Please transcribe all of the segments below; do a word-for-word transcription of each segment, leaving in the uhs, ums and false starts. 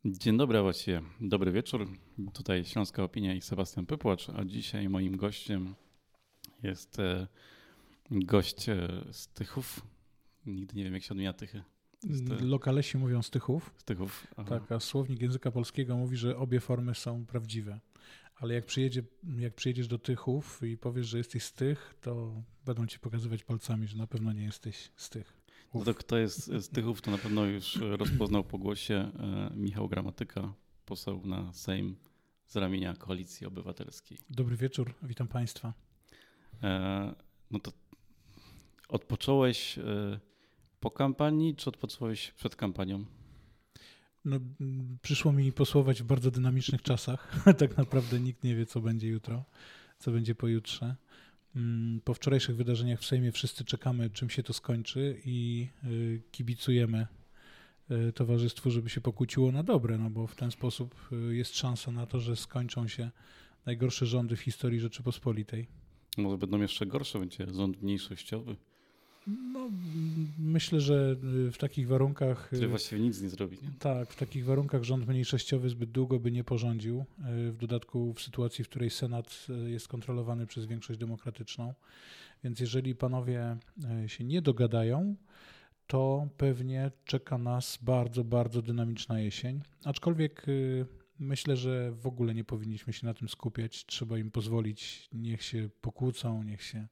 Dzień dobry, a właściwie dobry wieczór. Tutaj Śląska Opinia i Sebastian Pypłacz, a dzisiaj moim gościem jest e, gość e, z Tychów. Nigdy nie wiem, jak się odmienia Tychy. Jest, Lokalesi mówią Stychów. Stychów. Aha. Tak, a słownik języka polskiego mówi, że obie formy są prawdziwe. Ale jak, przyjedzie, jak przyjedziesz do Tychów i powiesz, że jesteś z Tych, to będą ci pokazywać palcami, że na pewno nie jesteś z Tych. No to kto jest z Tychów, to na pewno już rozpoznał po głosie e, Michał Gramatyka, poseł na Sejm z ramienia Koalicji Obywatelskiej. Dobry wieczór, witam Państwa. E, no to odpocząłeś e, po kampanii, czy odpocząłeś przed kampanią? No, przyszło mi posłować w bardzo dynamicznych czasach. Tak naprawdę nikt nie wie, co będzie jutro, co będzie pojutrze. Po wczorajszych wydarzeniach w Sejmie wszyscy czekamy, czym się to skończy i kibicujemy towarzystwu, żeby się pokłóciło na dobre, no bo w ten sposób jest szansa na to, że skończą się najgorsze rządy w historii Rzeczypospolitej. Może będą jeszcze gorsze, będzie rząd mniejszościowy. No, myślę, że w takich warunkach... Który właściwie nic nie zrobi, nie? Tak, w takich warunkach rząd mniejszościowy zbyt długo by nie porządził. W dodatku w sytuacji, w której Senat jest kontrolowany przez większość demokratyczną. Więc jeżeli panowie się nie dogadają, to pewnie czeka nas bardzo, bardzo dynamiczna jesień. Aczkolwiek myślę, że w ogóle nie powinniśmy się na tym skupiać. Trzeba im pozwolić, niech się pokłócą, niech się...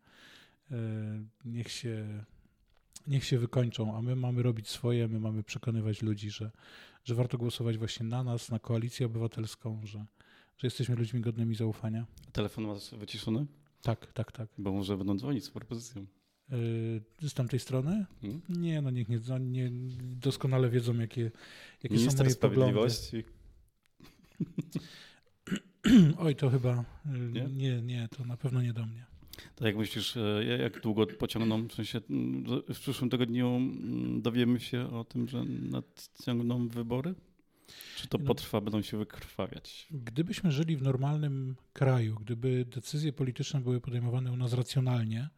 Niech się, niech się wykończą, a my mamy robić swoje, my mamy przekonywać ludzi, że, że warto głosować właśnie na nas, na Koalicję Obywatelską, że, że jesteśmy ludźmi godnymi zaufania. A telefon masz wyciszony? Tak, tak, tak. Bo może będą dzwonić z propozycją. Yy, z tamtej strony? Hmm? Nie, no niech nie, no nie doskonale wiedzą, jakie, jakie są Minister moje Sprawiedliwości. poglądy. Oj, to chyba nie? nie, nie, to na pewno nie do mnie. To jak myślisz, jak długo pociągną, w sensie w przyszłym tygodniu dowiemy się o tym, że nadciągną wybory? Czy to potrwa, będą się wykrwawiać? Gdybyśmy żyli w normalnym kraju, gdyby decyzje polityczne były podejmowane u nas racjonalnie,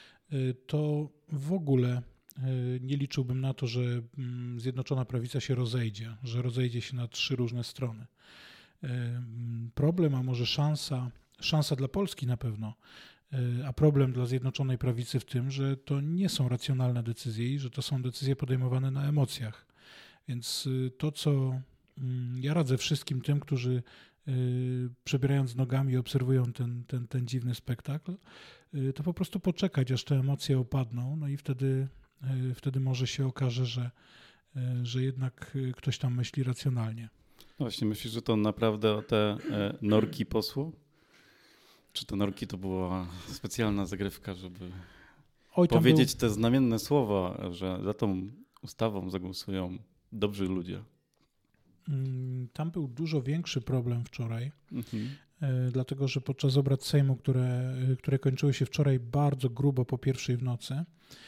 to w ogóle nie liczyłbym na to, że Zjednoczona Prawica się rozejdzie, że rozejdzie się na trzy różne strony. Problem, a może szansa, szansa dla Polski na pewno, a problem dla Zjednoczonej Prawicy w tym, że to nie są racjonalne decyzje i że to są decyzje podejmowane na emocjach. Więc to, co ja radzę wszystkim tym, którzy przebierając nogami obserwują ten, ten, ten dziwny spektakl, to po prostu poczekać, aż te emocje opadną, no i wtedy, wtedy może się okaże, że, że jednak ktoś tam myśli racjonalnie. No właśnie, myślisz, że to naprawdę o te norki posłu? Czy te norki to była specjalna zagrywka, żeby Oj, powiedzieć był... te znamienne słowa, że za tą ustawą zagłosują dobrzy ludzie? Tam był dużo większy problem wczoraj, mhm. dlatego że podczas obrad Sejmu, które, które kończyły się wczoraj bardzo grubo po pierwszej w nocy,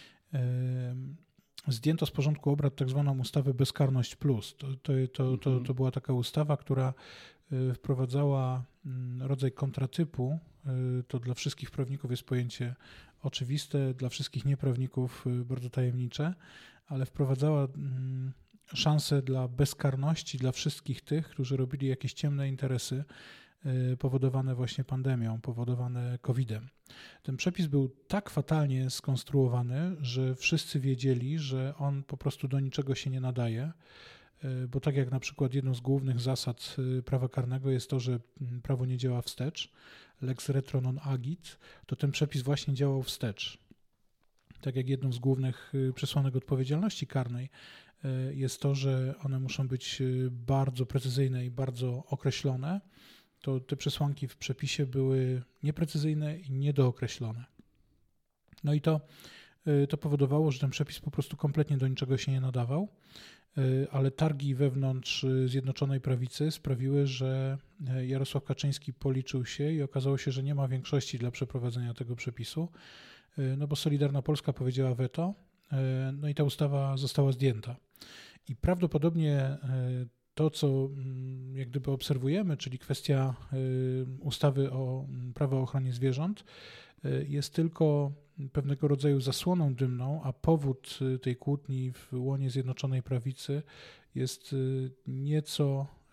zdjęto z porządku obrad tak zwaną ustawę Bezkarność Plus. To, to, to, to, to była taka ustawa, która wprowadzała rodzaj kontratypu. To dla wszystkich prawników jest pojęcie oczywiste, dla wszystkich nieprawników bardzo tajemnicze, ale wprowadzała szansę dla bezkarności dla wszystkich tych, którzy robili jakieś ciemne interesy powodowane właśnie pandemią, powodowane kowidem. Ten przepis był tak fatalnie skonstruowany, że wszyscy wiedzieli, że on po prostu do niczego się nie nadaje, bo tak jak na przykład jedną z głównych zasad prawa karnego jest to, że prawo nie działa wstecz, lex retro non agit, to ten przepis właśnie działał wstecz. Tak jak jedną z głównych przesłanek odpowiedzialności karnej jest to, że one muszą być bardzo precyzyjne i bardzo określone, to te przesłanki w przepisie były nieprecyzyjne i niedookreślone. No i to, to powodowało, że ten przepis po prostu kompletnie do niczego się nie nadawał, ale targi wewnątrz Zjednoczonej Prawicy sprawiły, że Jarosław Kaczyński policzył się i okazało się, że nie ma większości dla przeprowadzenia tego przepisu, no bo Solidarna Polska powiedziała weto, no i ta ustawa została zdjęta. I prawdopodobnie to, co jak gdyby obserwujemy, czyli kwestia ustawy o prawo o ochronie zwierząt, jest tylko pewnego rodzaju zasłoną dymną, a powód tej kłótni w łonie Zjednoczonej Prawicy jest nieco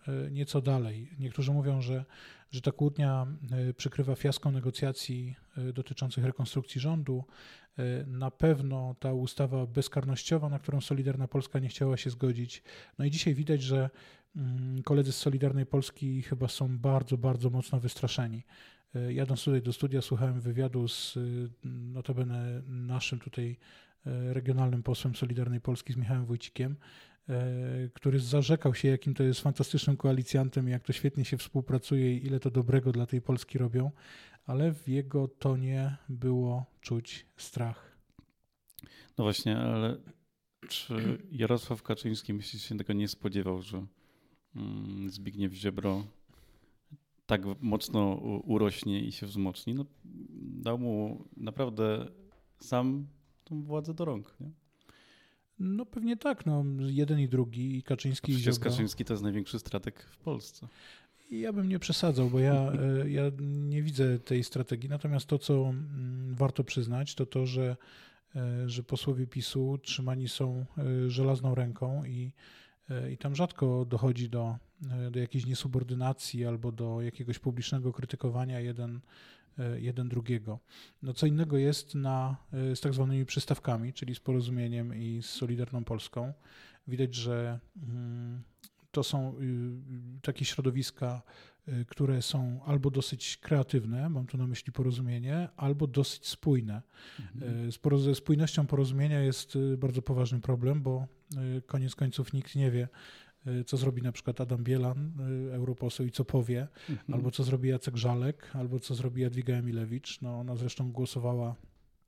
nieco dalej. Niektórzy mówią, że, że ta kłótnia przykrywa fiasko negocjacji dotyczących rekonstrukcji rządu. Na pewno ta ustawa bezkarnościowa, na którą Solidarna Polska nie chciała się zgodzić. No i dzisiaj widać, że koledzy z Solidarnej Polski chyba są bardzo, bardzo mocno wystraszeni. Jadąc tutaj do studia, słuchałem wywiadu z notabene naszym tutaj regionalnym posłem Solidarnej Polski, z Michałem Wójcikiem, który zarzekał się, jakim to jest fantastycznym koalicjantem, jak to świetnie się współpracuje i ile to dobrego dla tej Polski robią, ale w jego tonie było czuć strach. No właśnie, ale czy Jarosław Kaczyński, myślisz, się tego nie spodziewał, że Zbigniew Ziobro tak mocno urośnie i się wzmocni? No, dał mu naprawdę sam tą władzę do rąk, nie? No pewnie tak, no jeden i drugi, i Kaczyński i Przecież Ziobro. Kaczyński to jest największy strateg w Polsce. Ja bym nie przesadzał, bo ja, ja nie widzę tej strategii, natomiast to, co warto przyznać, to to, że, że posłowie PiSu trzymani są żelazną ręką i, i tam rzadko dochodzi do, do jakiejś niesubordynacji albo do jakiegoś publicznego krytykowania jeden jeden drugiego. No co innego jest na, z tak zwanymi przystawkami, czyli z Porozumieniem i z Solidarną Polską. Widać, że to są takie środowiska, które są albo dosyć kreatywne, mam tu na myśli Porozumienie, albo dosyć spójne. Mhm. Ze spójnością Porozumienia jest bardzo poważny problem, bo koniec końców nikt nie wie, co zrobi na przykład Adam Bielan, europoseł, i co powie, mhm. albo co zrobi Jacek Żalek, albo co zrobi Jadwiga Emilewicz. No, ona zresztą głosowała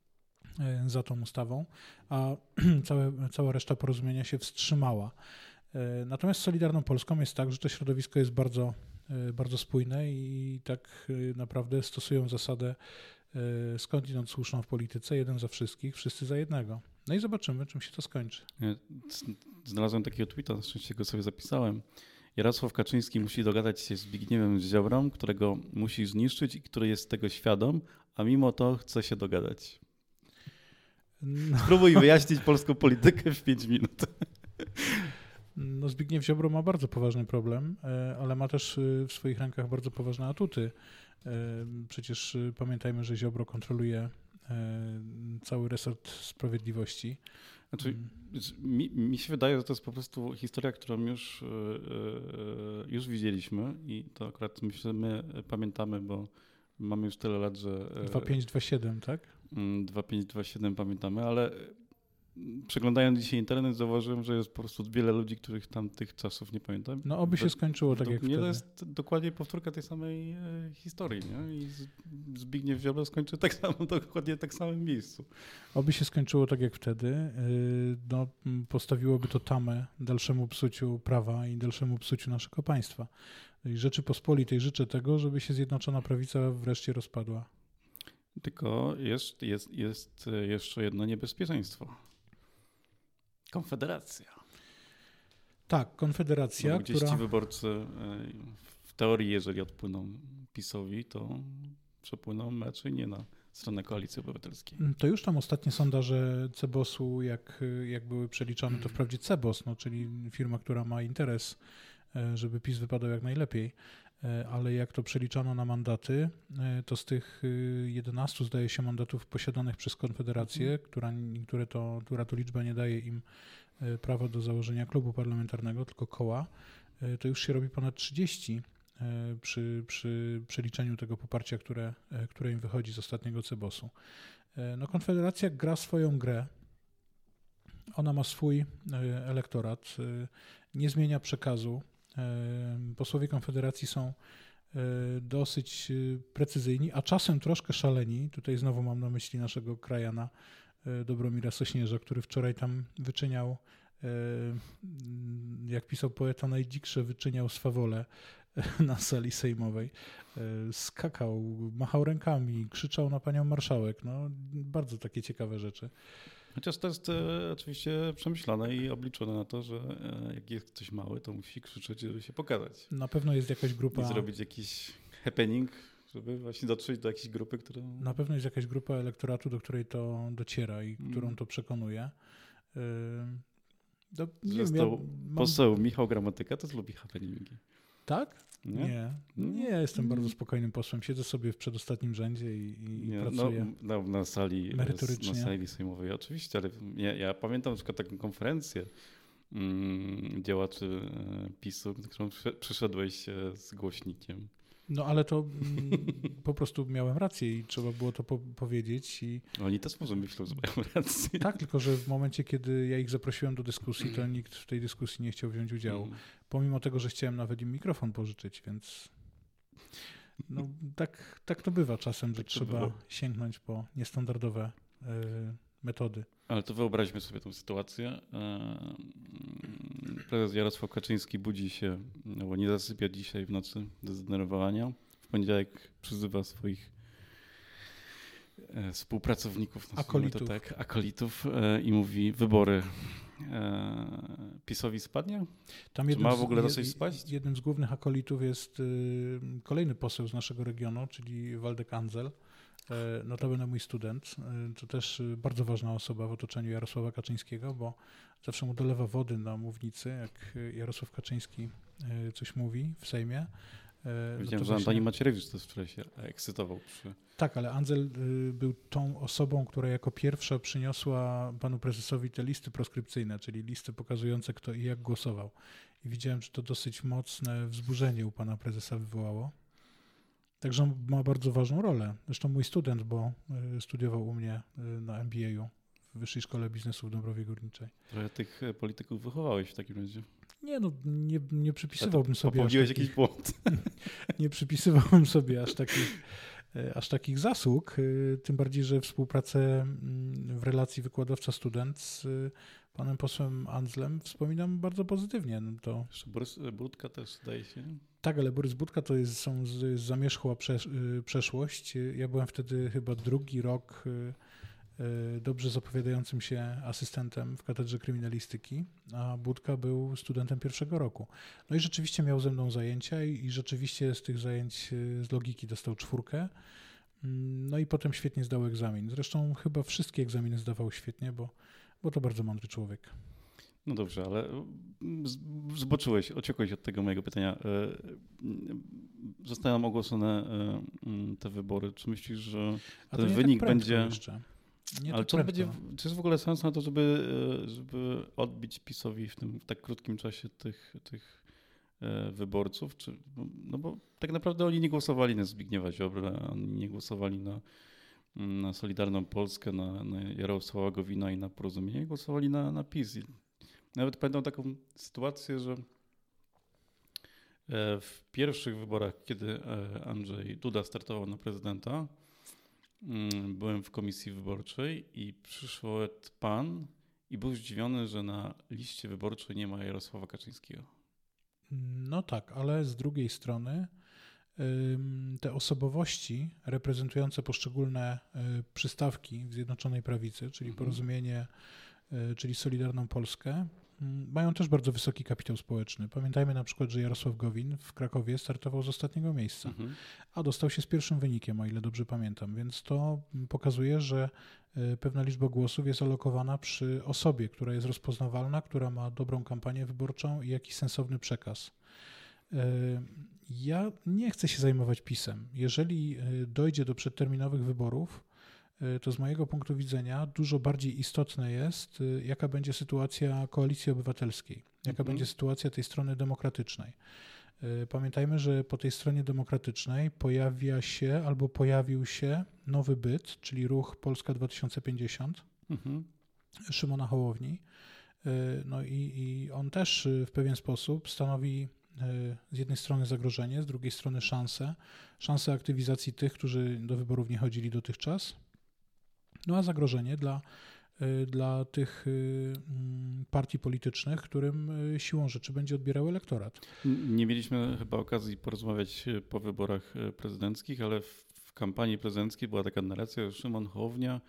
za tą ustawą, a całe, cała reszta Porozumienia się wstrzymała. Natomiast z Solidarną Polską jest tak, że to środowisko jest bardzo, bardzo spójne i tak naprawdę stosują zasadę skądinąd słuszną w polityce, jeden za wszystkich, wszyscy za jednego. No i zobaczymy, czym się to skończy. Znalazłem takiego tweeta, na szczęście go sobie zapisałem. Jarosław Kaczyński musi dogadać się z Zbigniewem Ziobrą, którego musi zniszczyć i który jest tego świadom, a mimo to chce się dogadać. No. Spróbuj wyjaśnić polską politykę w pięć minut. No, Zbigniew Ziobro ma bardzo poważny problem, ale ma też w swoich rękach bardzo poważne atuty. Przecież pamiętajmy, że Ziobro kontroluje cały resort sprawiedliwości. Znaczy, mi, mi się wydaje, że to jest po prostu historia, którą już, już widzieliśmy i to akurat myślę, my pamiętamy, bo mamy już tyle lat, że... dwa pięć dwa siedem, tak? dwa pięć dwa siedem pamiętamy, ale przeglądając dzisiaj internet, zauważyłem, że jest po prostu wiele ludzi, których tam tych czasów nie pamiętam. No oby się skończyło tak jak wtedy. To jest dokładnie powtórka tej samej e, historii, nie? I Zbigniew Ziobro skończy tak samo, dokładnie tak samym miejscu. Oby się skończyło tak jak wtedy. No, postawiłoby to tamę dalszemu psuciu prawa i dalszemu psuciu naszego państwa. I Rzeczypospolitej życzę tego, żeby się Zjednoczona Prawica wreszcie rozpadła. Tylko jest, jest, jest jeszcze jedno niebezpieczeństwo. Konfederacja. Tak, Konfederacja, no, gdzieś która... ci wyborcy w teorii, jeżeli odpłyną PiS-owi, to przepłyną raczej nie na stronę Koalicji Obywatelskiej. To już tam ostatnie sondaże Cebosu, jak, jak były przeliczane, to wprawdzie Cebos, no, czyli firma, która ma interes, żeby PiS wypadał jak najlepiej, ale jak to przeliczano na mandaty, to z tych jedenastu, zdaje się, mandatów posiadanych przez Konfederację, która, które to, która to liczba nie daje im prawa do założenia klubu parlamentarnego, tylko koła, to już się robi ponad trzydzieści przy, przy przeliczeniu tego poparcia, które, które im wychodzi z ostatniego Cebosu. No, Konfederacja gra swoją grę. Ona ma swój elektorat, nie zmienia przekazu. Posłowie Konfederacji są dosyć precyzyjni, a czasem troszkę szaleni. Tutaj znowu mam na myśli naszego krajana Dobromira Sośnierza, który wczoraj tam wyczyniał, jak pisał poeta, najdziksze wyczyniał swawole na sali sejmowej. Skakał, machał rękami, krzyczał na panią marszałek. No, bardzo takie ciekawe rzeczy. Chociaż to jest e, oczywiście przemyślane i obliczone na to, że e, jak jest ktoś mały, to musi krzyczeć, żeby się pokazać. Na pewno jest jakaś grupa... I zrobić jakiś happening, żeby właśnie dotrzeć do jakiejś grupy, która... Na pewno jest jakaś grupa elektoratu, do której to dociera i mm. którą to przekonuje. Yy, do, nie wiem, ja mam... Poseł Michał Gramatyka to lubi happeningi. Tak? Nie, nie, nie jestem mm. bardzo spokojnym posłem. Siedzę sobie w przedostatnim rzędzie i, i nie, pracuję no, no, na sali merytorycznie. Na sali sejmowej, oczywiście, ale ja, ja pamiętam na przykład taką konferencję mm, działaczy PiSu, na którą przyszedłeś z głośnikiem. No ale to mm, po prostu miałem rację i trzeba było to po- powiedzieć. I... Oni też może myślą, że mają rację. Tak, tylko że w momencie, kiedy ja ich zaprosiłem do dyskusji, to nikt w tej dyskusji nie chciał wziąć udziału. Mm. Pomimo tego, że chciałem nawet im mikrofon pożyczyć, więc no, tak, tak to bywa czasem, że tak trzeba było. sięgnąć po niestandardowe y, metody. Ale to wyobraźmy sobie tę sytuację. Prezes Jarosław Kaczyński budzi się, no bo nie zasypia dzisiaj w nocy do zdenerwowania. W poniedziałek przyzywa swoich współpracowników, akolitów. To tak, akolitów i mówi: wybory. PiS-owi spadnie? Tam Czy ma w ogóle dosyć spaść? Jednym z głównych akolitów jest kolejny poseł z naszego regionu, czyli Waldek Andzel. Notabene mój student, to też bardzo ważna osoba w otoczeniu Jarosława Kaczyńskiego, bo zawsze mu dolewa wody na mównicy, jak Jarosław Kaczyński coś mówi w Sejmie. Widziałem, że Antoni Macierewicz też wczoraj się ekscytował. Przy... Tak, ale Andzel był tą osobą, która jako pierwsza przyniosła panu prezesowi te listy proskrypcyjne, czyli listy pokazujące, kto i jak głosował. I widziałem, że to dosyć mocne wzburzenie u pana prezesa wywołało. Także on ma bardzo ważną rolę. Zresztą mój student, bo studiował u mnie na M B A-u w Wyższej Szkole Biznesu w Dąbrowie Górniczej. Trochę tych polityków wychowałeś w takim razie. Nie, no nie, nie przypisywałbym sobie popełniłeś jakiś błąd. Nie przypisywałbym sobie aż takich, aż takich zasług, tym bardziej, że współpracę w relacji wykładowca-student z panem posłem Andzlem wspominam bardzo pozytywnie. No to... Borys Budka też zdaje się. Tak, ale Borys Budka to jest, są z, zamierzchła przesz, przeszłość. Ja byłem wtedy chyba drugi rok dobrze zapowiadającym się asystentem w katedrze kryminalistyki, a Budka był studentem pierwszego roku. No i rzeczywiście miał ze mną zajęcia i, i rzeczywiście z tych zajęć z logiki dostał czwórkę. No i potem świetnie zdał egzamin. Zresztą chyba wszystkie egzaminy zdawał świetnie, bo, bo to bardzo mądry człowiek. No dobrze, ale zboczyłeś, ociekłeś od tego mojego pytania. Zostaną ogłoszone te wybory. Czy myślisz, że ten wynik tak będzie... Jeszcze. Nie ale czy, będzie, czy jest w ogóle sens na to, żeby, żeby odbić PiS-owi w tym w tak krótkim czasie tych, tych wyborców? Czy, no bo tak naprawdę oni nie głosowali na Zbigniewa Ziobrę, oni nie głosowali na, na Solidarną Polskę, na, na Jarosława Gowina i na Porozumienie, głosowali na, na PiS. I nawet pamiętam taką sytuację, że w pierwszych wyborach, kiedy Andrzej Duda startował na prezydenta, byłem w komisji wyborczej i przyszedł pan i był zdziwiony, że na liście wyborczej nie ma Jarosława Kaczyńskiego. No tak, ale z drugiej strony te osobowości reprezentujące poszczególne przystawki w Zjednoczonej Prawicy, czyli Porozumienie, czyli Solidarną Polskę, mają też bardzo wysoki kapitał społeczny. Pamiętajmy na przykład, że Jarosław Gowin w Krakowie startował z ostatniego miejsca, mhm. a dostał się z pierwszym wynikiem, o ile dobrze pamiętam. Więc to pokazuje, że pewna liczba głosów jest alokowana przy osobie, która jest rozpoznawalna, która ma dobrą kampanię wyborczą i jakiś sensowny przekaz. Ja nie chcę się zajmować PiS-em. Jeżeli dojdzie do przedterminowych wyborów, to z mojego punktu widzenia dużo bardziej istotne jest, jaka będzie sytuacja Koalicji Obywatelskiej, jaka mhm. będzie sytuacja tej strony demokratycznej. Pamiętajmy, że po tej stronie demokratycznej pojawia się albo pojawił się nowy byt, czyli ruch Polska dwa tysiące pięćdziesiąt mhm. Szymona Hołowni. No i, i on też w pewien sposób stanowi z jednej strony zagrożenie, z drugiej strony szansę, szansę aktywizacji tych, którzy do wyborów nie chodzili dotychczas. No a zagrożenie dla, dla tych partii politycznych, którym siłą rzeczy będzie odbierał elektorat. Nie mieliśmy chyba okazji porozmawiać po wyborach prezydenckich, ale w kampanii prezydenckiej była taka narracja, że Szymon Hołownia,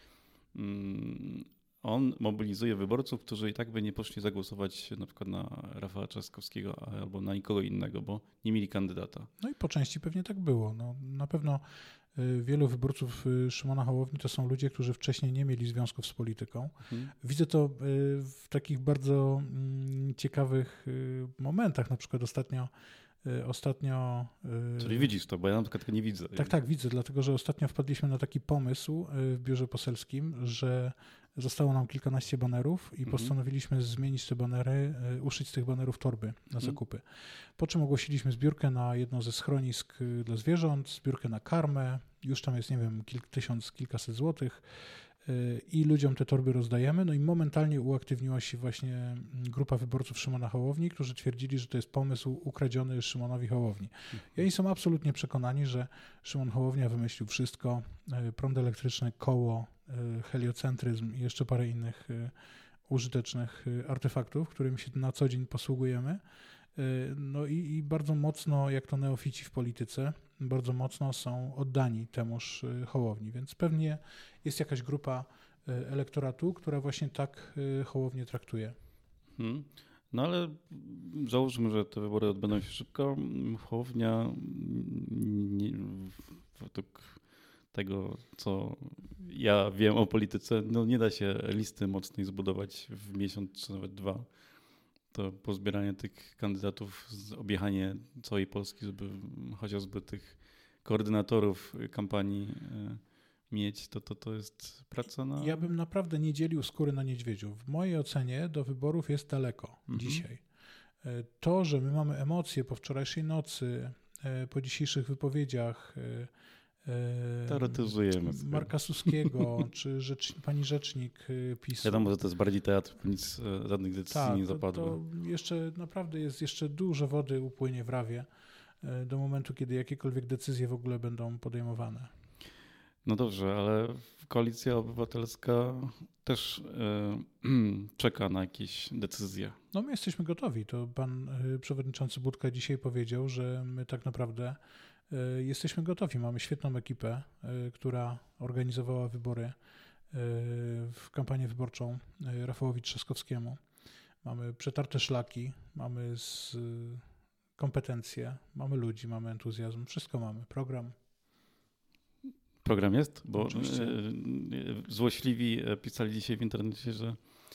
on mobilizuje wyborców, którzy i tak by nie poszli zagłosować na przykład na Rafała Trzaskowskiego albo na nikogo innego, bo nie mieli kandydata. No i po części pewnie tak było. No, na pewno wielu wyborców Szymona Hołowni to są ludzie, którzy wcześniej nie mieli związków z polityką. Mhm. Widzę to w takich bardzo ciekawych momentach. Na przykład ostatnio Ostatnio... Czyli widzisz to, bo ja na przykład tego nie widzę. Tak, tak, widzę, dlatego że ostatnio wpadliśmy na taki pomysł w biurze poselskim, że zostało nam kilkanaście banerów i mhm. postanowiliśmy zmienić te banery, uszyć z tych banerów torby na mhm. zakupy. Po czym ogłosiliśmy zbiórkę na jedno ze schronisk dla zwierząt, zbiórkę na karmę, już tam jest, nie wiem, kilk, tysiąc, kilkaset złotych i ludziom te torby rozdajemy. No i momentalnie uaktywniła się właśnie grupa wyborców Szymona Hołowni, którzy twierdzili, że to jest pomysł ukradziony Szymonowi Hołowni. I oni są absolutnie przekonani, że Szymon Hołownia wymyślił wszystko, prąd elektryczny, koło, heliocentryzm i jeszcze parę innych użytecznych artefaktów, którymi się na co dzień posługujemy. No i, i bardzo mocno, jak to neofici w polityce, bardzo mocno są oddani temuż Hołowni, więc pewnie jest jakaś grupa elektoratu, która właśnie tak Hołownię traktuje. Hmm. No ale załóżmy, że te wybory odbędą się szybko. Hołownia nie, według tego, co ja wiem o polityce, no nie da się listy mocnej zbudować w miesiąc czy nawet dwa. To pozbieranie tych kandydatów, objechanie całej Polski, żeby chociażby tych koordynatorów kampanii mieć, to, to, to jest praca na... Ja bym naprawdę nie dzielił skóry na niedźwiedziu. W mojej ocenie do wyborów jest daleko mhm. dzisiaj. To, że my mamy emocje po wczorajszej nocy, po dzisiejszych wypowiedziach teoretyzujemy Marka Suskiego, czy rzecz, pani rzecznik PiS-u. Wiadomo, że to jest bardziej teatr, nic, żadnych decyzji tak, nie zapadło. To, to jeszcze naprawdę jest jeszcze dużo wody upłynie w Rawie do momentu, kiedy jakiekolwiek decyzje w ogóle będą podejmowane. No dobrze, ale Koalicja Obywatelska też yy, czeka na jakieś decyzje. No my jesteśmy gotowi. To pan yy, przewodniczący Budka dzisiaj powiedział, że my tak naprawdę yy, jesteśmy gotowi. Mamy świetną ekipę, yy, która organizowała wybory yy, w kampanię wyborczą yy, Rafałowi Trzaskowskiemu. Mamy przetarte szlaki, mamy z, yy, kompetencje, mamy ludzi, mamy entuzjazm, wszystko mamy, program. Program jest, bo Oczywiście. Złośliwi pisali dzisiaj w internecie, że,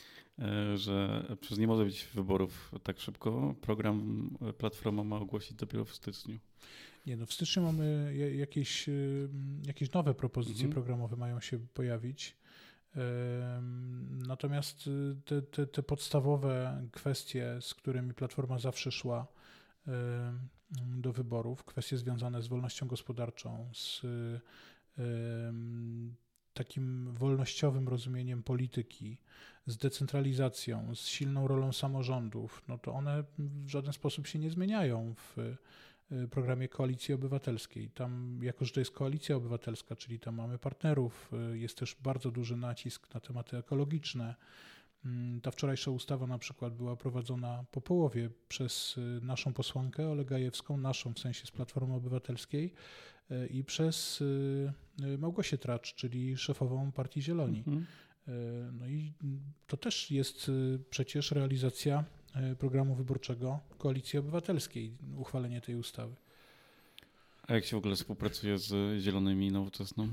że przecież nie może być wyborów tak szybko. Program Platforma ma ogłosić dopiero w styczniu. Nie, no w styczniu mamy jakieś, jakieś nowe propozycje mhm. programowe mają się pojawić. Natomiast te, te, te podstawowe kwestie, z którymi Platforma zawsze szła do wyborów, kwestie związane z wolnością gospodarczą, z takim wolnościowym rozumieniem polityki, z decentralizacją, z silną rolą samorządów, no to one w żaden sposób się nie zmieniają w programie Koalicji Obywatelskiej. Tam, jako że to jest Koalicja Obywatelska, czyli tam mamy partnerów, jest też bardzo duży nacisk na tematy ekologiczne. Ta wczorajsza ustawa na przykład była prowadzona po połowie przez naszą posłankę Olę Gajewską, naszą w sensie z Platformy Obywatelskiej, i przez Małgosię Tracz, czyli szefową Partii Zieloni. Mhm. No i to też jest przecież realizacja programu wyborczego Koalicji Obywatelskiej, uchwalenie tej ustawy. A jak się w ogóle współpracuje z Zielonymi i Nowoczesną?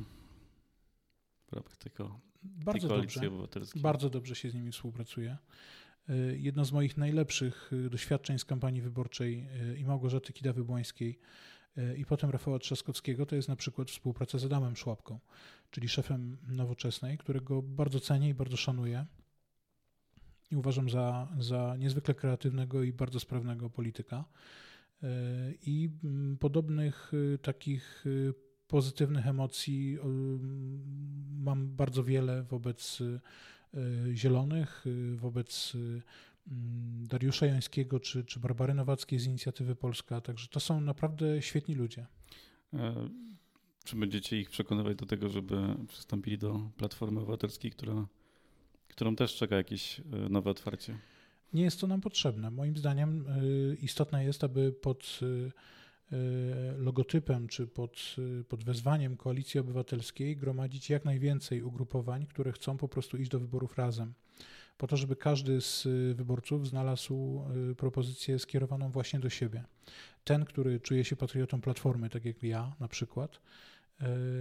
Tylko bardzo dobrze, bardzo dobrze się z nimi współpracuje. Jedno z moich najlepszych doświadczeń z kampanii wyborczej i Małgorzaty Kidawy-Błońskiej i potem Rafała Trzaskowskiego to jest na przykład współpraca z Adamem Szłapką, czyli szefem Nowoczesnej, którego bardzo cenię i bardzo szanuję i uważam za, za niezwykle kreatywnego i bardzo sprawnego polityka. I podobnych takich pozytywnych emocji mam bardzo wiele wobec Zielonych, wobec Dariusza Jońskiego czy, czy Barbary Nowackiej z Inicjatywy Polska. Także to są naprawdę świetni ludzie. Czy będziecie ich przekonywać do tego, żeby przystąpili do Platformy Obywatelskiej, która, którą też czeka jakieś nowe otwarcie? Nie jest to nam potrzebne. Moim zdaniem istotne jest, aby pod logotypem czy pod, pod wezwaniem Koalicji Obywatelskiej gromadzić jak najwięcej ugrupowań, które chcą po prostu iść do wyborów razem. Po to, żeby każdy z wyborców znalazł propozycję skierowaną właśnie do siebie. Ten, który czuje się patriotą Platformy, tak jak ja na przykład,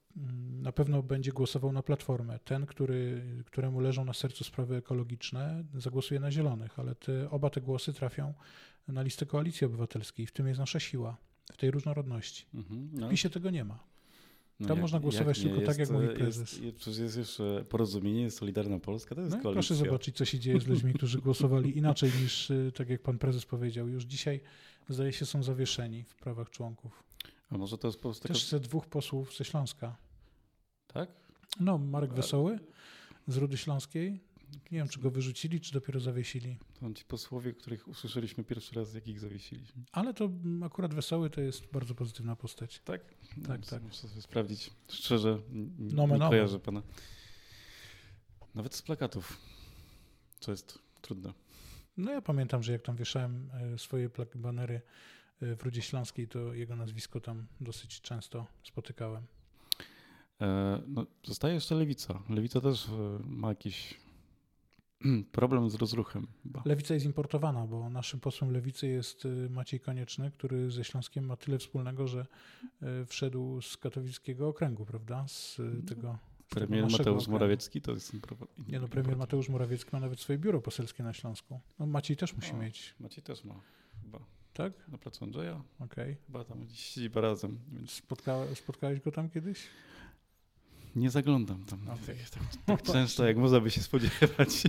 na pewno będzie głosował na Platformę. Ten, który, któremu leżą na sercu sprawy ekologiczne, zagłosuje na Zielonych, ale te, oba te głosy trafią na listę Koalicji Obywatelskiej. W tym jest nasza siła, w tej różnorodności. Mhm, no. W PiSie tego nie ma. Tam no można jak, głosować jak tylko jest, tak, jak mówi prezes. Jest, przecież jest jeszcze Porozumienie, jest Solidarna Polska, to jest no koalicja. Proszę zobaczyć, co się dzieje z ludźmi, którzy głosowali inaczej niż, tak jak pan prezes powiedział. Już dzisiaj, zdaje się, są zawieszeni w prawach członków. A może to jest po prostu... Też ze dwóch posłów ze Śląska. Tak? No, Marek Wesoły z Rudy Śląskiej. Nie wiem, czy go wyrzucili, czy dopiero zawiesili. To są ci posłowie, których usłyszeliśmy pierwszy raz, jakich zawiesiliśmy. Ale to akurat Wesoły to jest bardzo pozytywna postać. Tak? Tak, no, tak. Muszę sobie sprawdzić. Szczerze, no, nie no, kojarzę pana. Nawet z plakatów, co jest trudne. No ja pamiętam, że jak tam wieszałem swoje banery w Rudzie Śląskiej, to jego nazwisko tam dosyć często spotykałem. E, no, zostaje jeszcze Lewica. Lewica też ma jakiś problem z rozruchem. Chyba. Lewica jest importowana, bo naszym posłem Lewicy jest Maciej Konieczny, który ze Śląskiem ma tyle wspólnego, że wszedł z katowickiego okręgu, prawda? Z tego, z premier tego Mateusz okręgu. Morawiecki to jest... Nie no, premier Mateusz Morawiecki ma nawet swoje biuro poselskie na Śląsku. No Maciej też musi o, mieć. Maciej też ma chyba. Tak? Na placu Andrzeja. Okej. Okay. Chyba tam gdzieś siedzimy razem. Więc... Spotka, spotkałeś go tam kiedyś? Nie zaglądam tam okay. tak, tak, tak często, jak można by się spodziewać.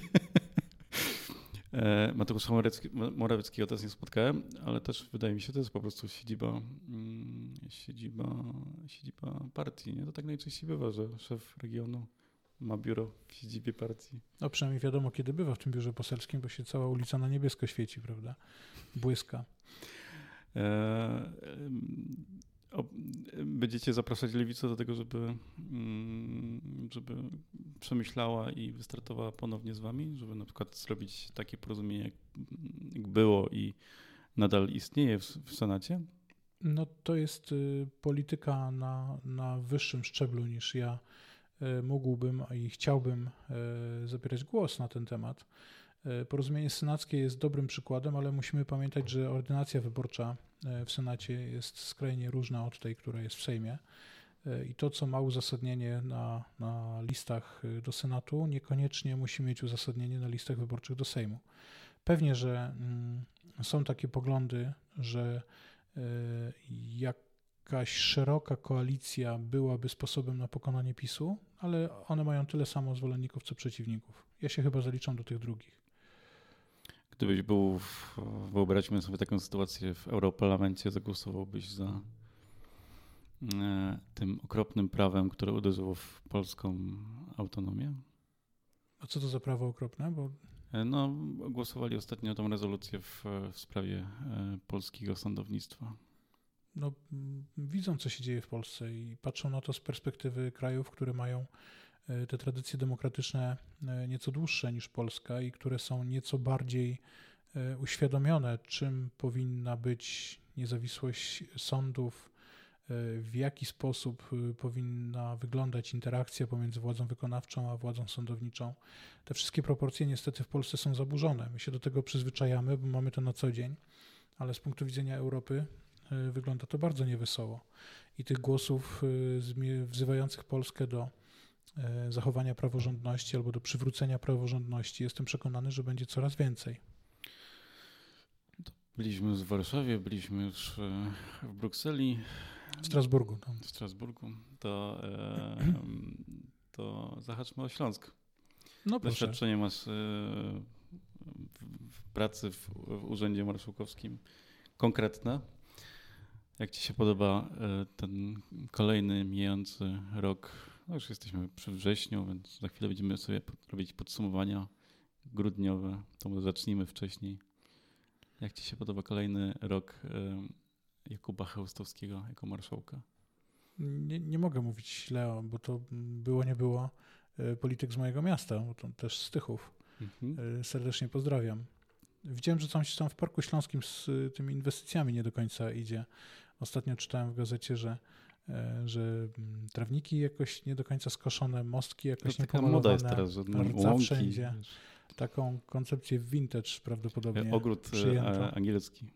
Mateusza Morawieckiego też nie spotkałem, ale też wydaje mi się, to jest po prostu siedziba, siedziba, siedziba partii. Nie? To tak najczęściej bywa, że szef regionu ma biuro w siedzibie partii. No przynajmniej wiadomo, kiedy bywa w tym biurze poselskim, bo się cała ulica na niebiesko świeci, prawda? Błyska. E, o, będziecie zapraszać Lewicę do tego, żeby, żeby przemyślała i wystartowała ponownie z wami, żeby na przykład zrobić takie porozumienie, jak, jak było i nadal istnieje w, w Senacie? No to jest y, polityka na, na wyższym szczeblu niż ja y, mógłbym i chciałbym y, zabierać głos na ten temat. Y, porozumienie senackie jest dobrym przykładem, ale musimy pamiętać, że ordynacja wyborcza w Senacie jest skrajnie różna od tej, która jest w Sejmie. I to, co ma uzasadnienie na, na listach do Senatu, niekoniecznie musi mieć uzasadnienie na listach wyborczych do Sejmu. Pewnie, że mm, są takie poglądy, że y, jakaś szeroka koalicja byłaby sposobem na pokonanie PiSu, ale one mają tyle samo zwolenników, co przeciwników. Ja się chyba zaliczam do tych drugich. Gdybyś był, w, wyobraźmy sobie taką sytuację w Europarlamencie, zagłosowałbyś za e, tym okropnym prawem, które uderzyło w polską autonomię? A co to za prawo okropne? Bo... E, no, głosowali ostatnio tą rezolucję w, w sprawie e, polskiego sądownictwa. No, widzą, co się dzieje w Polsce i patrzą na to z perspektywy krajów, które mają te tradycje demokratyczne nieco dłuższe niż Polska i które są nieco bardziej uświadomione, czym powinna być niezawisłość sądów, w jaki sposób powinna wyglądać interakcja pomiędzy władzą wykonawczą a władzą sądowniczą. Te wszystkie proporcje niestety w Polsce są zaburzone. My się do tego przyzwyczajamy, bo mamy to na co dzień, ale z punktu widzenia Europy wygląda to bardzo niewesoło. I tych głosów wzywających Polskę do zachowania praworządności albo do przywrócenia praworządności, jestem przekonany, że będzie coraz więcej. Byliśmy w Warszawie, byliśmy już w Brukseli. W Strasburgu. Tam. W Strasburgu. To, e, to zahaczmy o Śląsk. No proszę. Doświadczenie masz e, w pracy w, w Urzędzie Marszałkowskim konkretne. Jak ci się podoba e, ten kolejny mijający rok? No już jesteśmy przy wrześniu, więc za chwilę będziemy sobie robić podsumowania grudniowe. To może zacznijmy wcześniej. Jak ci się podoba kolejny rok y, Jakuba Chełstowskiego jako marszałka? Nie, nie mogę mówić źle, bo to było, nie było y, polityk z mojego miasta, bo to też z Tychów. Mhm. Y, serdecznie pozdrawiam. Widziałem, że coś tam w Parku Śląskim z y, tymi inwestycjami nie do końca idzie. Ostatnio czytałem w gazecie, że że trawniki jakoś nie do końca skoszone, mostki jakoś to nie pomalowane. Moda jest teraz, że rdza wszędzie. Taką koncepcję vintage prawdopodobnie Ogród przyjęto. angielski.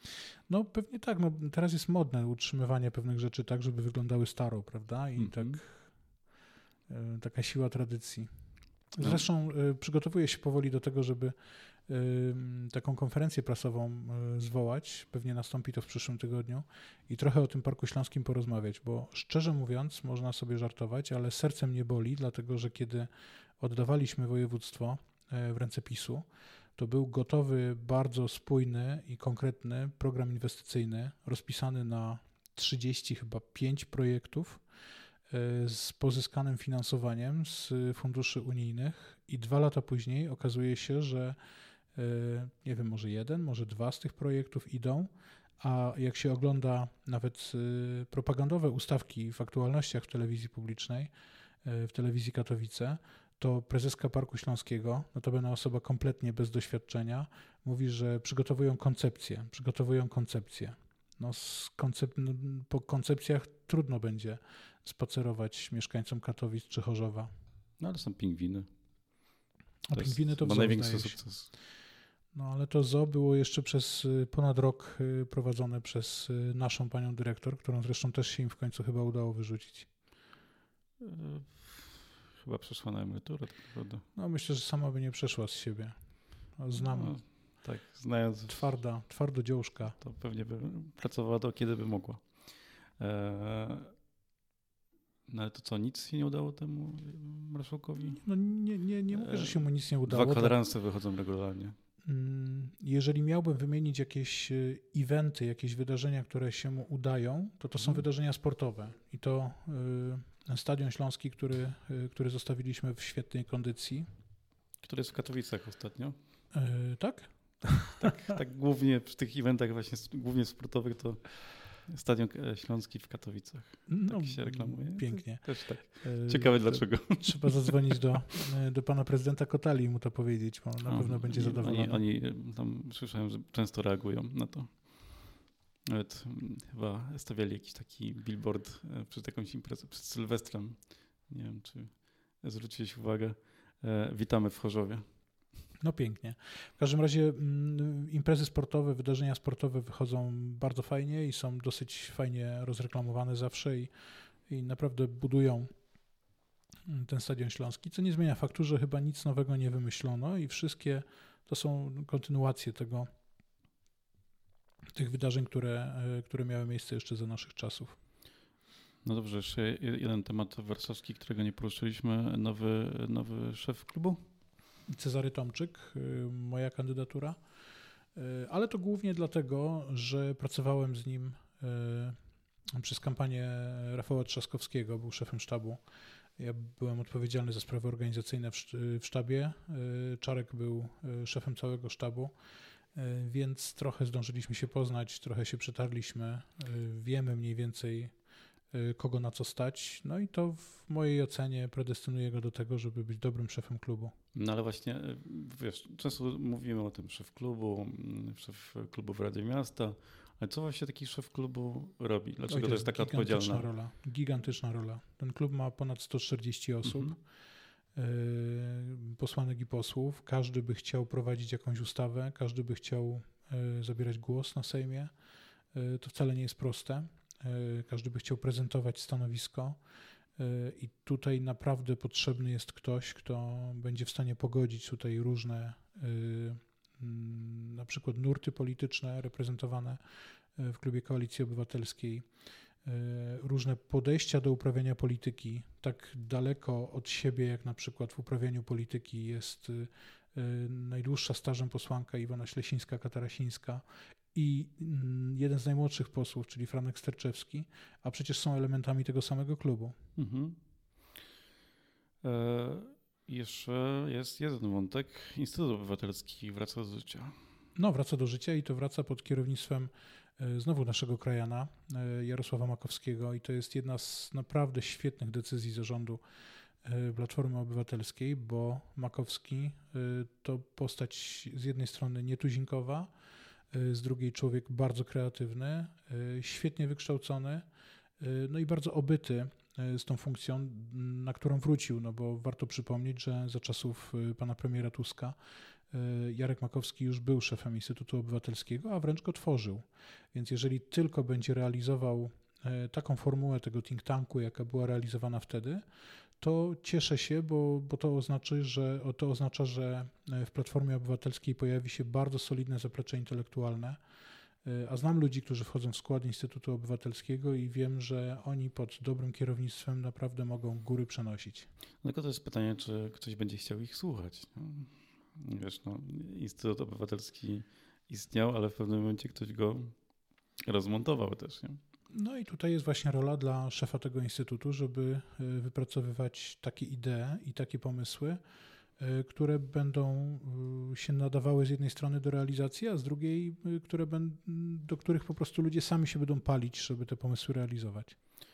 No pewnie tak, no teraz jest modne utrzymywanie pewnych rzeczy tak, żeby wyglądały staro, prawda? I mm-hmm. tak y, taka siła tradycji. Zresztą y, przygotowuję się powoli do tego, żeby y, taką konferencję prasową y, zwołać. Pewnie nastąpi to w przyszłym tygodniu i trochę o tym Parku Śląskim porozmawiać, bo szczerze mówiąc można sobie żartować, ale serce mnie boli, dlatego że kiedy oddawaliśmy województwo y, w ręce PiSu, to był gotowy, bardzo spójny i konkretny program inwestycyjny rozpisany na trzydzieści chyba pięć projektów z pozyskanym finansowaniem z funduszy unijnych i dwa lata później okazuje się, że nie wiem, może jeden, może dwa z tych projektów idą, a jak się ogląda nawet propagandowe ustawki w aktualnościach w telewizji publicznej, w telewizji Katowice, to prezeska Parku Śląskiego, notabene osoba kompletnie bez doświadczenia, mówi, że przygotowują koncepcję, przygotowują koncepcję. No, z koncep- no, po koncepcjach trudno będzie spacerować mieszkańcom Katowic czy Chorzowa. No ale są pingwiny. A to pingwiny to ma największy sukces. No ale to zoo było jeszcze przez ponad rok prowadzone przez naszą panią dyrektor, którą zresztą też się im w końcu chyba udało wyrzucić. Chyba przeszła na emeryturę, tak naprawdę. No myślę, że sama by nie przeszła z siebie. No, znam. No, tak, znając. Twarda, twardodziążka. To pewnie by pracowała do kiedy by mogła. Eee, no ale to co, nic się nie udało temu marszałkowi? No nie, nie, nie mówię, że się mu nic nie udało. Dwa kwadranse tak. wychodzą regularnie. Jeżeli miałbym wymienić jakieś eventy, jakieś wydarzenia, które się mu udają, to to są hmm. wydarzenia sportowe. I to y, Stadion Śląski, który, y, który zostawiliśmy w świetnej kondycji. Który jest w Katowicach ostatnio. Y, tak? tak? Tak głównie przy tych eventach właśnie głównie sportowych to Stadion Śląski w Katowicach. Tak no, się reklamuje. Pięknie. Też tak. Ciekawe dlaczego. Trzeba zadzwonić do, do pana prezydenta Kotali i mu to powiedzieć, bo na pewno będzie zadowolony. Oni, oni tam słyszałem, że często reagują na to. Nawet chyba stawiali jakiś taki billboard przed jakąś imprezę, przed Sylwestrem. Nie wiem, czy zwróciłeś uwagę. Witamy w Chorzowie. No pięknie. W każdym razie m, imprezy sportowe, wydarzenia sportowe wychodzą bardzo fajnie i są dosyć fajnie rozreklamowane zawsze i, i naprawdę budują ten Stadion Śląski, co nie zmienia faktu, że chyba nic nowego nie wymyślono i wszystkie to są kontynuacje tego, tych wydarzeń, które, które miały miejsce jeszcze za naszych czasów. No dobrze, jeszcze jeden temat warszawski, którego nie poruszyliśmy. Nowy, nowy szef klubu? Cezary Tomczyk, moja kandydatura, ale to głównie dlatego, że pracowałem z nim przez kampanię Rafała Trzaskowskiego, był szefem sztabu. Ja byłem odpowiedzialny za sprawy organizacyjne w sztabie, Czarek był szefem całego sztabu, więc trochę zdążyliśmy się poznać, trochę się przetarliśmy, wiemy mniej więcej, kogo na co stać, no i to w mojej ocenie predestynuje go do tego, żeby być dobrym szefem klubu. No ale właśnie, wiesz, często mówimy o tym szef klubu, szef klubu w Radzie Miasta, ale co właśnie taki szef klubu robi? Dlaczego Oj, to, to jest taka odpowiedzialna rola? Gigantyczna rola. Ten klub ma ponad sto czterdzieści osób, mhm. posłanek i posłów. Każdy by chciał prowadzić jakąś ustawę, każdy by chciał zabierać głos na Sejmie. To wcale nie jest proste. Każdy by chciał prezentować stanowisko i tutaj naprawdę potrzebny jest ktoś, kto będzie w stanie pogodzić tutaj różne na przykład nurty polityczne reprezentowane w klubie Koalicji Obywatelskiej, różne podejścia do uprawiania polityki, tak daleko od siebie jak na przykład w uprawianiu polityki jest najdłuższa stażem posłanka Iwona Ślesińska-Katarasińska i jeden z najmłodszych posłów, czyli Franek Sterczewski, a przecież są elementami tego samego klubu. Mhm. E, jeszcze jest jeden wątek. Instytut Obywatelski wraca do życia. No, wraca do życia i to wraca pod kierownictwem znowu naszego krajana, Jarosława Makowskiego i to jest jedna z naprawdę świetnych decyzji zarządu Platformy Obywatelskiej, bo Makowski to postać z jednej strony nietuzinkowa, z drugiej człowiek bardzo kreatywny, świetnie wykształcony, no i bardzo obyty z tą funkcją, na którą wrócił, no bo warto przypomnieć, że za czasów pana premiera Tuska Jarek Makowski już był szefem Instytutu Obywatelskiego, a wręcz go tworzył. Więc jeżeli tylko będzie realizował taką formułę tego think tanku, jaka była realizowana wtedy, to cieszę się, bo, bo to, oznacza, że, to oznacza, że w Platformie Obywatelskiej pojawi się bardzo solidne zaplecze intelektualne, a znam ludzi, którzy wchodzą w skład Instytutu Obywatelskiego i wiem, że oni pod dobrym kierownictwem naprawdę mogą góry przenosić. Tylko to jest pytanie, czy ktoś będzie chciał ich słuchać. Wiesz, no, Instytut Obywatelski istniał, ale w pewnym momencie ktoś go rozmontował też, nie? No i tutaj jest właśnie rola dla szefa tego instytutu, żeby wypracowywać takie idee i takie pomysły, które będą się nadawały z jednej strony do realizacji, a z drugiej, które będą, do których po prostu ludzie sami się będą palić, żeby te pomysły realizować.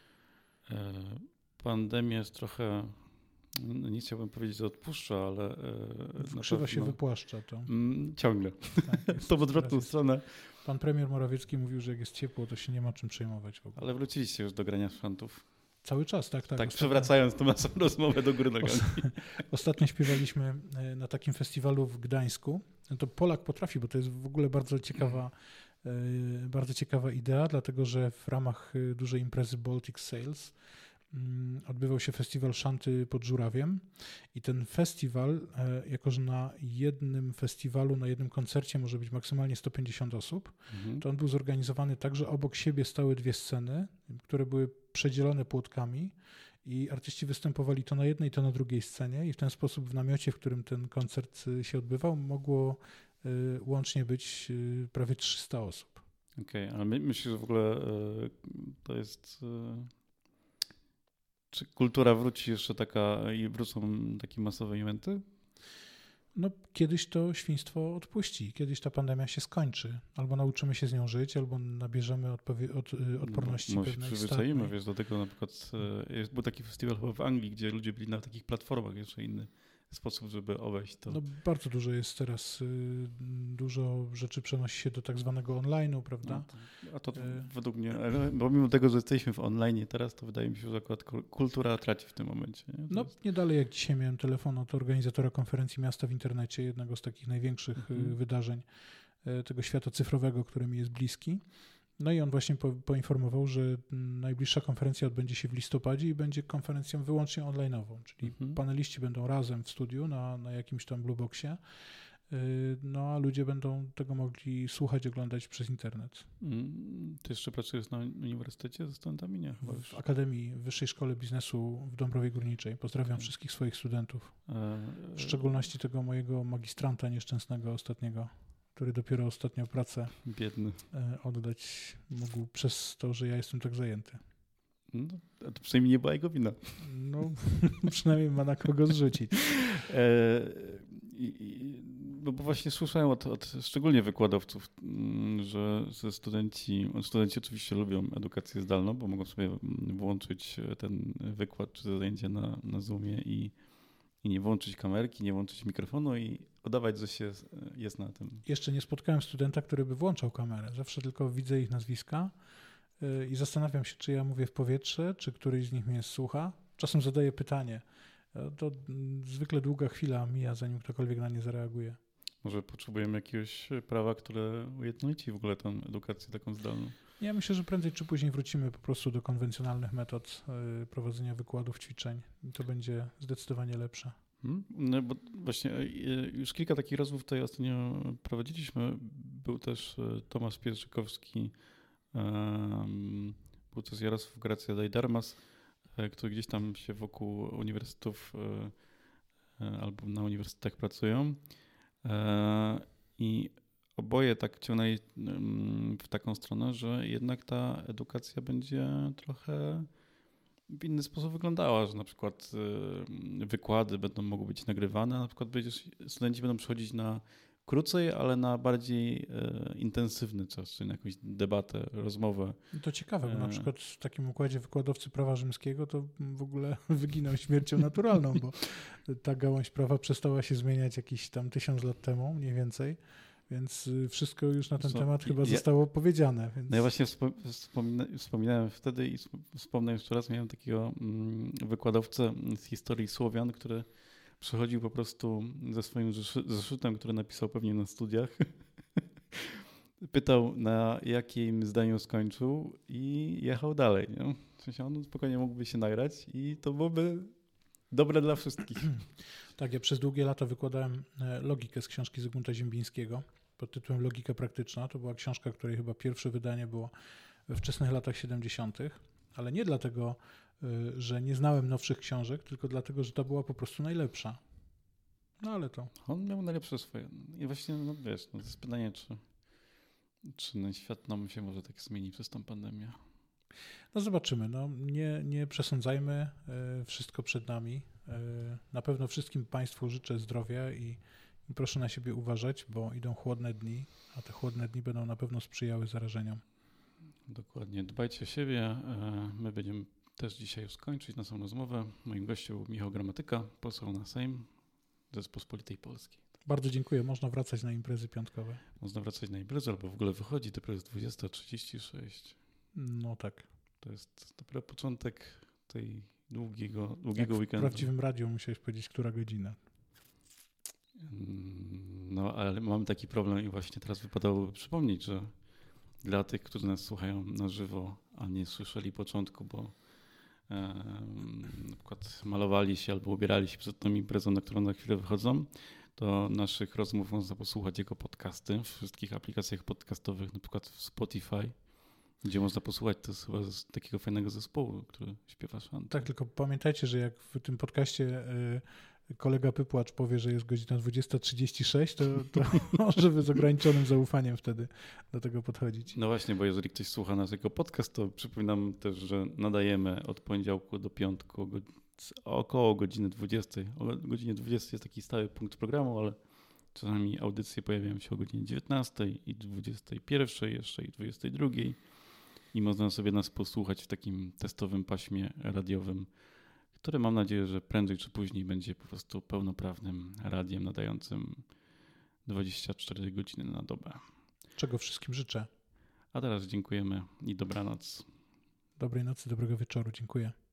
Pandemia jest trochę, nie chciałbym powiedzieć, że odpuszcza, ale krzywa się wypłaszcza to. Ciągle. Tak, to w odwrotną stronę. Pan premier Morawiecki mówił, że jak jest ciepło, to się nie ma czym przejmować w ogóle. Ale wróciliście już do grania szantów. Cały czas, tak, tak. Tak, ostatnio, przewracając tę naszą rozmowę do góry nogami. Ostatnio śpiewaliśmy na takim festiwalu w Gdańsku. No to Polak potrafi, bo to jest w ogóle bardzo ciekawa, bardzo ciekawa idea, dlatego że w ramach dużej imprezy Baltic Sales odbywał się festiwal szanty pod Żurawiem i ten festiwal, jako że na jednym festiwalu, na jednym koncercie może być maksymalnie sto pięćdziesiąt osób, mhm. to on był zorganizowany tak, że obok siebie stały dwie sceny, które były przedzielone płotkami i artyści występowali to na jednej, to na drugiej scenie i w ten sposób w namiocie, w którym ten koncert się odbywał, mogło łącznie być prawie trzysta osób. Okej, okay, ale my, myślisz, że w ogóle to jest... Czy kultura wróci jeszcze taka i wrócą takie masowe eventy? No kiedyś to świństwo odpuści, kiedyś ta pandemia się skończy. Albo nauczymy się z nią żyć, albo nabierzemy odpowie- od, odporności no, pewnej. Może się przyzwyczaimy, wiesz, do tego na przykład jest, był taki festiwal chyba w Anglii, gdzie ludzie byli na takich platformach jeszcze inny sposób, żeby obejść to. No bardzo dużo jest teraz, dużo rzeczy przenosi się do tak zwanego online'u, prawda? No, a to, to y- według mnie, bo mimo tego, że jesteśmy w online teraz, to wydaje mi się, że akurat kultura traci w tym momencie. Nie? No jest... nie dalej jak dzisiaj miałem telefon od organizatora konferencji Miasta w internecie, jednego z takich największych mhm. wydarzeń tego świata cyfrowego, który mi jest bliski. No i on właśnie po, poinformował, że najbliższa konferencja odbędzie się w listopadzie i będzie konferencją wyłącznie online'ową, czyli mhm. paneliści będą razem w studiu na, na jakimś tam Blueboxie, no a ludzie będą tego mogli słuchać, oglądać przez internet. Ty jeszcze pracujesz na uniwersytecie ze studentami? Nie, w, w Akademii Wyższej Szkole Biznesu w Dąbrowie Górniczej. Pozdrawiam okay. wszystkich swoich studentów, w szczególności tego mojego magistranta nieszczęsnego ostatniego, który dopiero ostatnio pracę Biedny. oddać mógł przez to, że ja jestem tak zajęty. No, a to przynajmniej nie była jego wina. No, przynajmniej ma na kogo zrzucić. E, i, no bo właśnie słyszałem od, od szczególnie wykładowców, że, że studenci, studenci oczywiście lubią edukację zdalną, bo mogą sobie włączyć ten wykład czy zajęcie na, na Zoomie i I nie włączyć kamerki, nie włączyć mikrofonu i udawać, że się jest na tym. Jeszcze nie spotkałem studenta, który by włączał kamerę. Zawsze tylko widzę ich nazwiska i zastanawiam się, czy ja mówię w powietrze, czy któryś z nich mnie słucha. Czasem zadaję pytanie. To zwykle długa chwila mija, zanim ktokolwiek na nie zareaguje. Może potrzebujemy jakiegoś prawa, które ujednolici w ogóle tę edukację taką zdalną? Ja myślę, że prędzej czy później wrócimy po prostu do konwencjonalnych metod prowadzenia wykładów, ćwiczeń i to będzie zdecydowanie lepsze. Hmm? No bo właśnie już kilka takich rozmów tutaj ostatnio prowadziliśmy. Był też Tomasz Pierzykowski, um, był też Jarosław Gracja Dajdarmas, który gdzieś tam się wokół uniwersytetów albo na uniwersytetach pracują. I oboje tak ciągnęli w taką stronę, że jednak ta edukacja będzie trochę w inny sposób wyglądała, że na przykład wykłady będą mogły być nagrywane, a na przykład studenci będą przychodzić na krócej, ale na bardziej intensywny czas, czyli na jakąś debatę, rozmowę. To ciekawe, bo na przykład w takim układzie wykładowcy prawa rzymskiego to w ogóle wyginął śmiercią naturalną, bo ta gałąź prawa przestała się zmieniać jakiś tam tysiąc lat temu, mniej więcej. Więc wszystko już na ten Co? temat chyba ja, zostało powiedziane. Więc... No ja właśnie wspomina, wspominałem wtedy i wspomnę jeszcze raz, miałem takiego wykładowcę z historii Słowian, który Przychodził po prostu ze swoim zeszytem, który napisał pewnie na studiach. Pytał, na jakim zdaniu skończył i jechał dalej. Nie? W sensie on spokojnie mógłby się nagrać i to byłoby dobre dla wszystkich. Tak, ja przez długie lata wykładałem logikę z książki Zygmunta Ziembińskiego pod tytułem Logika praktyczna. To była książka, której chyba pierwsze wydanie było we wczesnych latach siedemdziesiątych, ale nie dlatego, że nie znałem nowszych książek, tylko dlatego, że ta była po prostu najlepsza. No ale to... On miał najlepsze swoje. I właśnie, no wiesz, no to jest pytanie, czy, czy świat nam się może tak zmieni przez tą pandemię. No zobaczymy. No, nie, nie przesądzajmy. Wszystko przed nami. Na pewno wszystkim Państwu życzę zdrowia i, i proszę na siebie uważać, bo idą chłodne dni, a te chłodne dni będą na pewno sprzyjały zarażeniom. Dokładnie. Dbajcie o siebie. My będziemy też dzisiaj już skończyć naszą rozmowę. Moim gościem był Michał Gramatyka, poseł na Sejm Rzeczypospolitej Polskiej. Bardzo dziękuję. Można wracać na imprezy piątkowe. Można wracać na imprezę, albo w ogóle wychodzi. Dopiero jest dwudziesta trzydzieści sześć. No tak. To jest dopiero początek tej długiego, długiego Jak weekendu. W prawdziwym radiu musiałeś powiedzieć, która godzina. No, ale mamy taki problem i właśnie teraz wypadałoby przypomnieć, że dla tych, którzy nas słuchają na żywo, a nie słyszeli początku, bo e, na przykład malowali się albo ubierali się przed tą imprezą, na którą na chwilę wychodzą, to naszych rozmów można posłuchać jako podcasty w wszystkich aplikacjach podcastowych, na przykład w Spotify, gdzie można posłuchać, to jest chyba z takiego fajnego zespołu, który śpiewa Szanta. Tak, tylko pamiętajcie, że jak w tym podcaście y, kolega Pypłacz powie, że jest godzina dwudziesta trzydzieści sześć, to, to może wy z ograniczonym zaufaniem wtedy do tego podchodzić. No właśnie, bo jeżeli ktoś słucha nas jako podcast, to przypominam też, że nadajemy od poniedziałku do piątku około godziny dwudziestej. O godzinie dwudziestej jest taki stały punkt programu, ale czasami audycje pojawiają się o godzinie dziewiętnastej i dwudziestej pierwszej jeszcze i dwudziestej drugiej. I można sobie nas posłuchać w takim testowym paśmie radiowym, które mam nadzieję, że prędzej czy później będzie po prostu pełnoprawnym radiem nadającym dwadzieścia cztery godziny na dobę. Czego wszystkim życzę. A teraz dziękujemy i dobranoc. Dobrej nocy, dobrego wieczoru. Dziękuję.